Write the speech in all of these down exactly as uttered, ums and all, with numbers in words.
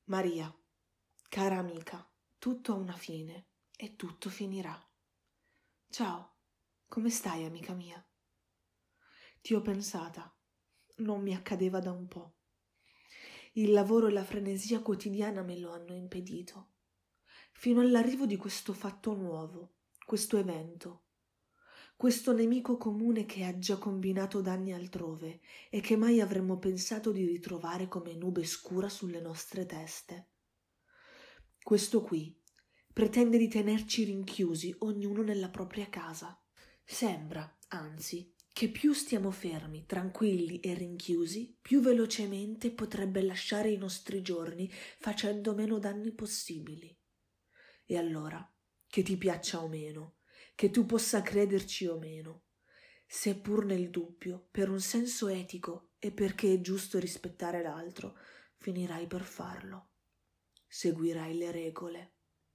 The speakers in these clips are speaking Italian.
Maria, cara amica, tutto ha una fine e tutto finirà. Ciao, come stai, amica mia? Ti ho pensata, non mi accadeva da un po'. Il lavoro e la frenesia quotidiana me lo hanno impedito, fino all'arrivo di questo fatto nuovo, questo evento, questo nemico comune che ha già combinato danni altrove e che mai avremmo pensato di ritrovare come nube scura sulle nostre teste. Questo qui pretende di tenerci rinchiusi, ognuno nella propria casa. Sembra, anzi, che più stiamo fermi, tranquilli e rinchiusi, più velocemente potrebbe lasciare i nostri giorni facendo meno danni possibili. E allora, che ti piaccia o meno, che tu possa crederci o meno, seppur nel dubbio, per un senso etico e perché è giusto rispettare l'altro, finirai per farlo. Seguirai le regole.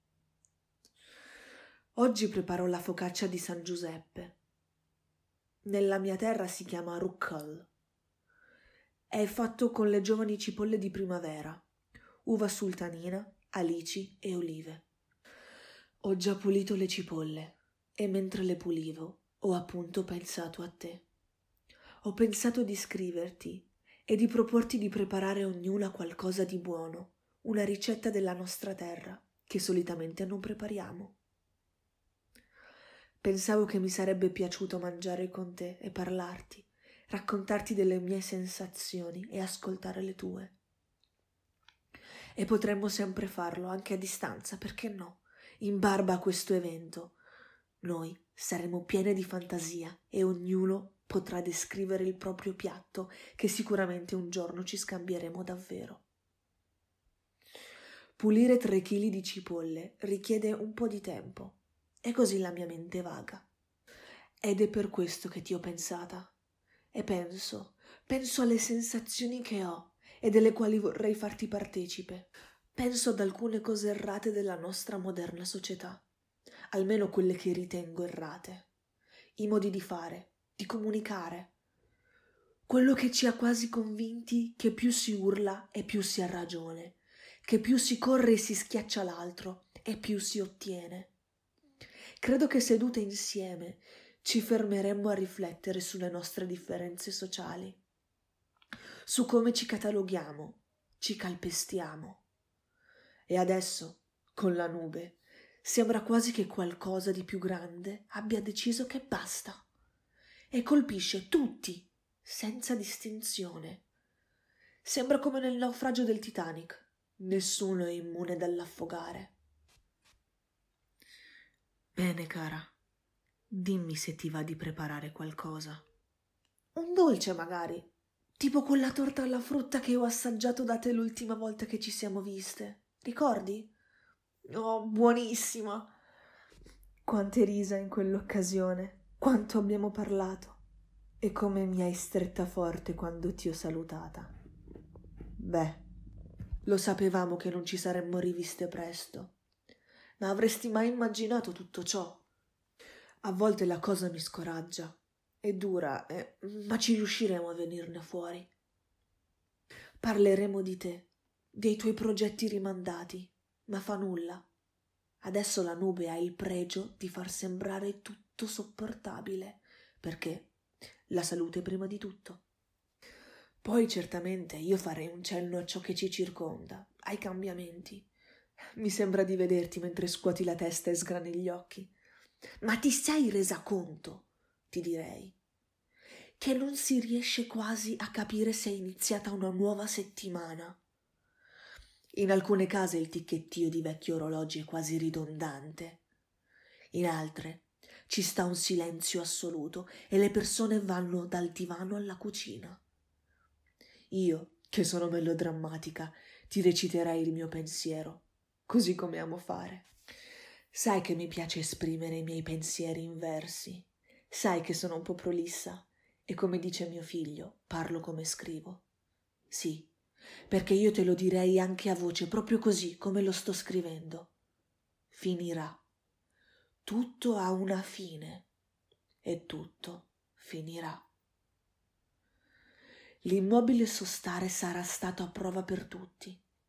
Oggi preparo la focaccia di San Giuseppe. Nella mia terra si chiama ruccol. È fatto con le giovani cipolle di primavera, uva sultanina, alici e olive. Ho già pulito le cipolle e mentre le pulivo ho appunto pensato a te. Ho pensato di scriverti e di proporti di preparare ognuna qualcosa di buono, una ricetta della nostra terra che solitamente non prepariamo. Pensavo che mi sarebbe piaciuto mangiare con te e parlarti, raccontarti delle mie sensazioni e ascoltare le tue. E potremmo sempre farlo anche a distanza, perché no? In barba a questo evento. Noi saremo piene di fantasia e ognuno potrà descrivere il proprio piatto che sicuramente un giorno ci scambieremo davvero. Pulire tre chili di cipolle richiede un po' di tempo e così la mia mente vaga. Ed è per questo che ti ho pensata e penso, penso alle sensazioni che ho e delle quali vorrei farti partecipe. Penso ad alcune cose errate della nostra moderna società, almeno quelle che ritengo errate. I modi di fare, di comunicare. Quello che ci ha quasi convinti che più si urla e più si ha ragione, che più si corre e si schiaccia l'altro e più si ottiene. Credo che sedute insieme ci fermeremmo a riflettere sulle nostre differenze sociali, su come ci cataloghiamo, ci calpestiamo. E adesso, con la nube, sembra quasi che qualcosa di più grande abbia deciso che basta e colpisce tutti, senza distinzione. Sembra come nel naufragio del Titanic, nessuno è immune dall'affogare. Bene, cara, dimmi se ti va di preparare qualcosa. Un dolce, magari, tipo quella torta alla frutta che ho assaggiato da te l'ultima volta che ci siamo viste. Ricordi? Oh, buonissima! Quante risa in quell'occasione, quanto abbiamo parlato e come mi hai stretta forte quando ti ho salutata. Beh, lo sapevamo che non ci saremmo riviste presto, ma avresti mai immaginato tutto ciò? A volte la cosa mi scoraggia, è dura, eh, ma ci riusciremo a venirne fuori. Parleremo di te, dei tuoi progetti rimandati, ma fa nulla. Adesso la nube ha il pregio di far sembrare tutto sopportabile, perché la salute prima di tutto. Poi certamente io farei un cenno a ciò che ci circonda, ai cambiamenti. Mi sembra di vederti mentre scuoti la testa e sgrani gli occhi. Ma ti sei resa conto, ti direi, che non si riesce quasi a capire se è iniziata una nuova settimana. In alcune case il ticchettio di vecchi orologi è quasi ridondante. In altre ci sta un silenzio assoluto e le persone vanno dal divano alla cucina. Io, che sono melodrammatica, ti reciterei il mio pensiero, così come amo fare. Sai che mi piace esprimere i miei pensieri in versi. Sai che sono un po' prolissa e, come dice mio figlio, parlo come scrivo. Sì, perché io te lo direi anche a voce, proprio così come lo sto scrivendo. Finirà. Tutto ha una fine e tutto finirà. L'immobile sostare sarà stato a prova per tutti.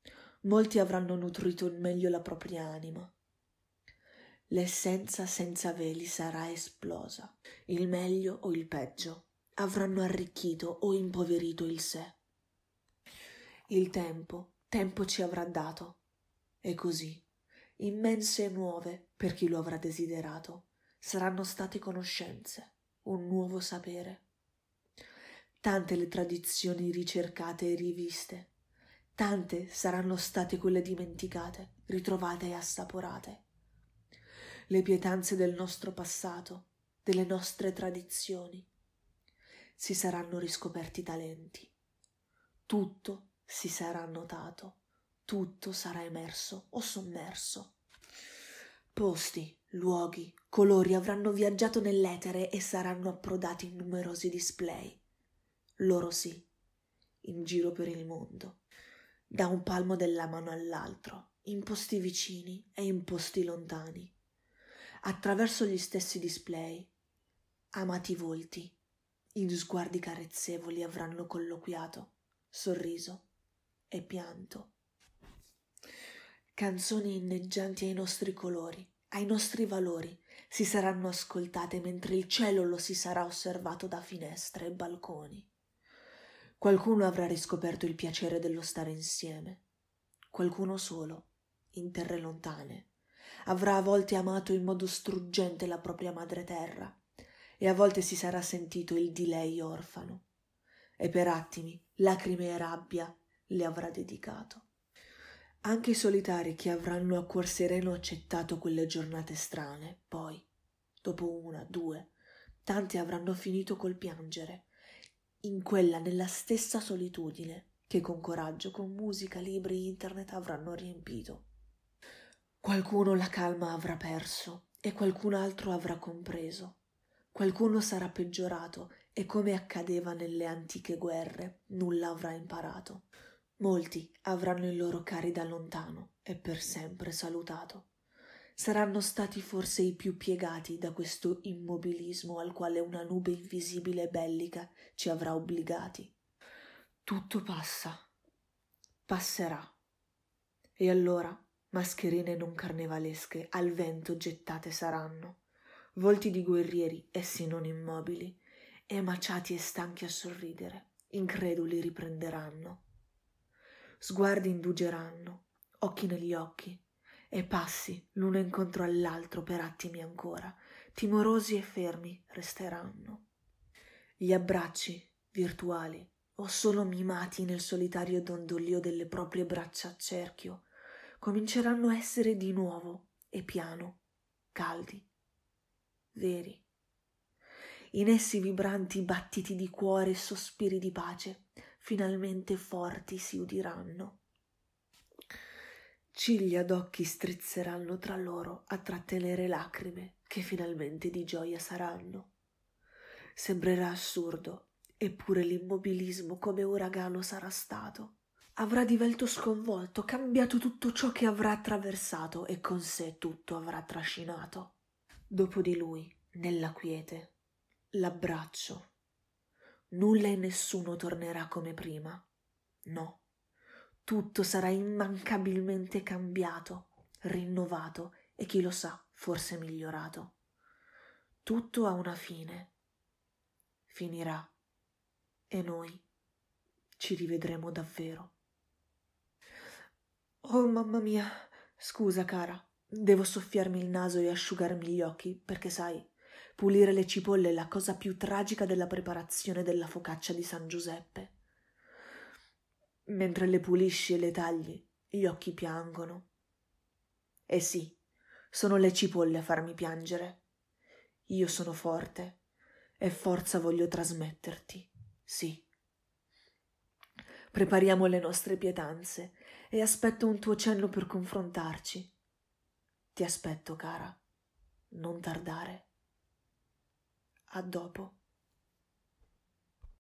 Molti avranno nutrito in meglio la propria anima. L'essenza senza veli sarà esplosa. Il meglio o il peggio avranno arricchito o impoverito il sé. Il tempo, tempo ci avrà dato. E così, immense e nuove, per chi lo avrà desiderato, saranno state conoscenze, un nuovo sapere. Tante le tradizioni ricercate e riviste, tante saranno state quelle dimenticate, ritrovate e assaporate. Le pietanze del nostro passato, delle nostre tradizioni. Si saranno riscoperti talenti. Tutto si sarà notato, tutto sarà emerso o sommerso. Posti, luoghi, colori avranno viaggiato nell'etere e saranno approdati in numerosi display. Loro sì, in giro per il mondo, da un palmo della mano all'altro, in posti vicini e in posti lontani. Attraverso gli stessi display, amati volti, in sguardi carezzevoli avranno colloquiato, sorriso e pianto. Canzoni inneggianti ai nostri colori, ai nostri valori, si saranno ascoltate mentre il cielo lo si sarà osservato da finestre e balconi. Qualcuno avrà riscoperto il piacere dello stare insieme, qualcuno solo, in terre lontane, avrà a volte amato in modo struggente la propria madre terra e a volte si sarà sentito il di lei orfano e per attimi, lacrime e rabbia, le avrà dedicato. Anche i solitari che avranno a cuor sereno accettato quelle giornate strane, poi, dopo una, due, tanti avranno finito col piangere, in quella nella stessa solitudine che con coraggio, con musica, libri, internet avranno riempito. Qualcuno la calma avrà perso e qualcun altro avrà compreso. Qualcuno sarà peggiorato e, come accadeva nelle antiche guerre, nulla avrà imparato. Molti avranno i loro cari da lontano e per sempre salutato. Saranno stati forse i più piegati da questo immobilismo al quale una nube invisibile e bellica ci avrà obbligati. Tutto passa, passerà. E allora mascherine non carnevalesche al vento gettate saranno, volti di guerrieri, essi non immobili, emaciati e stanchi a sorridere, increduli riprenderanno. Sguardi indugeranno, occhi negli occhi, e passi l'uno incontro all'altro per attimi ancora, timorosi e fermi resteranno. Gli abbracci, virtuali o solo mimati nel solitario dondolio delle proprie braccia a cerchio, cominceranno a essere di nuovo e piano, caldi, veri. In essi vibranti battiti di cuore e sospiri di pace, finalmente forti si udiranno. Ciglia d'occhi strizzeranno tra loro a trattenere lacrime che finalmente di gioia saranno. Sembrerà assurdo, eppure l'immobilismo come uragano sarà stato. Avrà divelto sconvolto, cambiato tutto ciò che avrà attraversato e con sé tutto avrà trascinato. Dopo di lui, nella quiete, l'abbraccio. Nulla e nessuno tornerà come prima. No, tutto sarà immancabilmente cambiato, rinnovato e chi lo sa, forse migliorato. Tutto ha una fine. Finirà e noi ci rivedremo davvero. Oh, mamma mia, scusa cara, devo soffiarmi il naso e asciugarmi gli occhi perché sai, pulire le cipolle è la cosa più tragica della preparazione della focaccia di San Giuseppe. Mentre le pulisci e le tagli, gli occhi piangono. Eh sì, sono le cipolle a farmi piangere. Io sono forte e forza voglio trasmetterti, sì. Prepariamo le nostre pietanze e aspetto un tuo cenno per confrontarci. Ti aspetto, cara, non tardare. A dopo.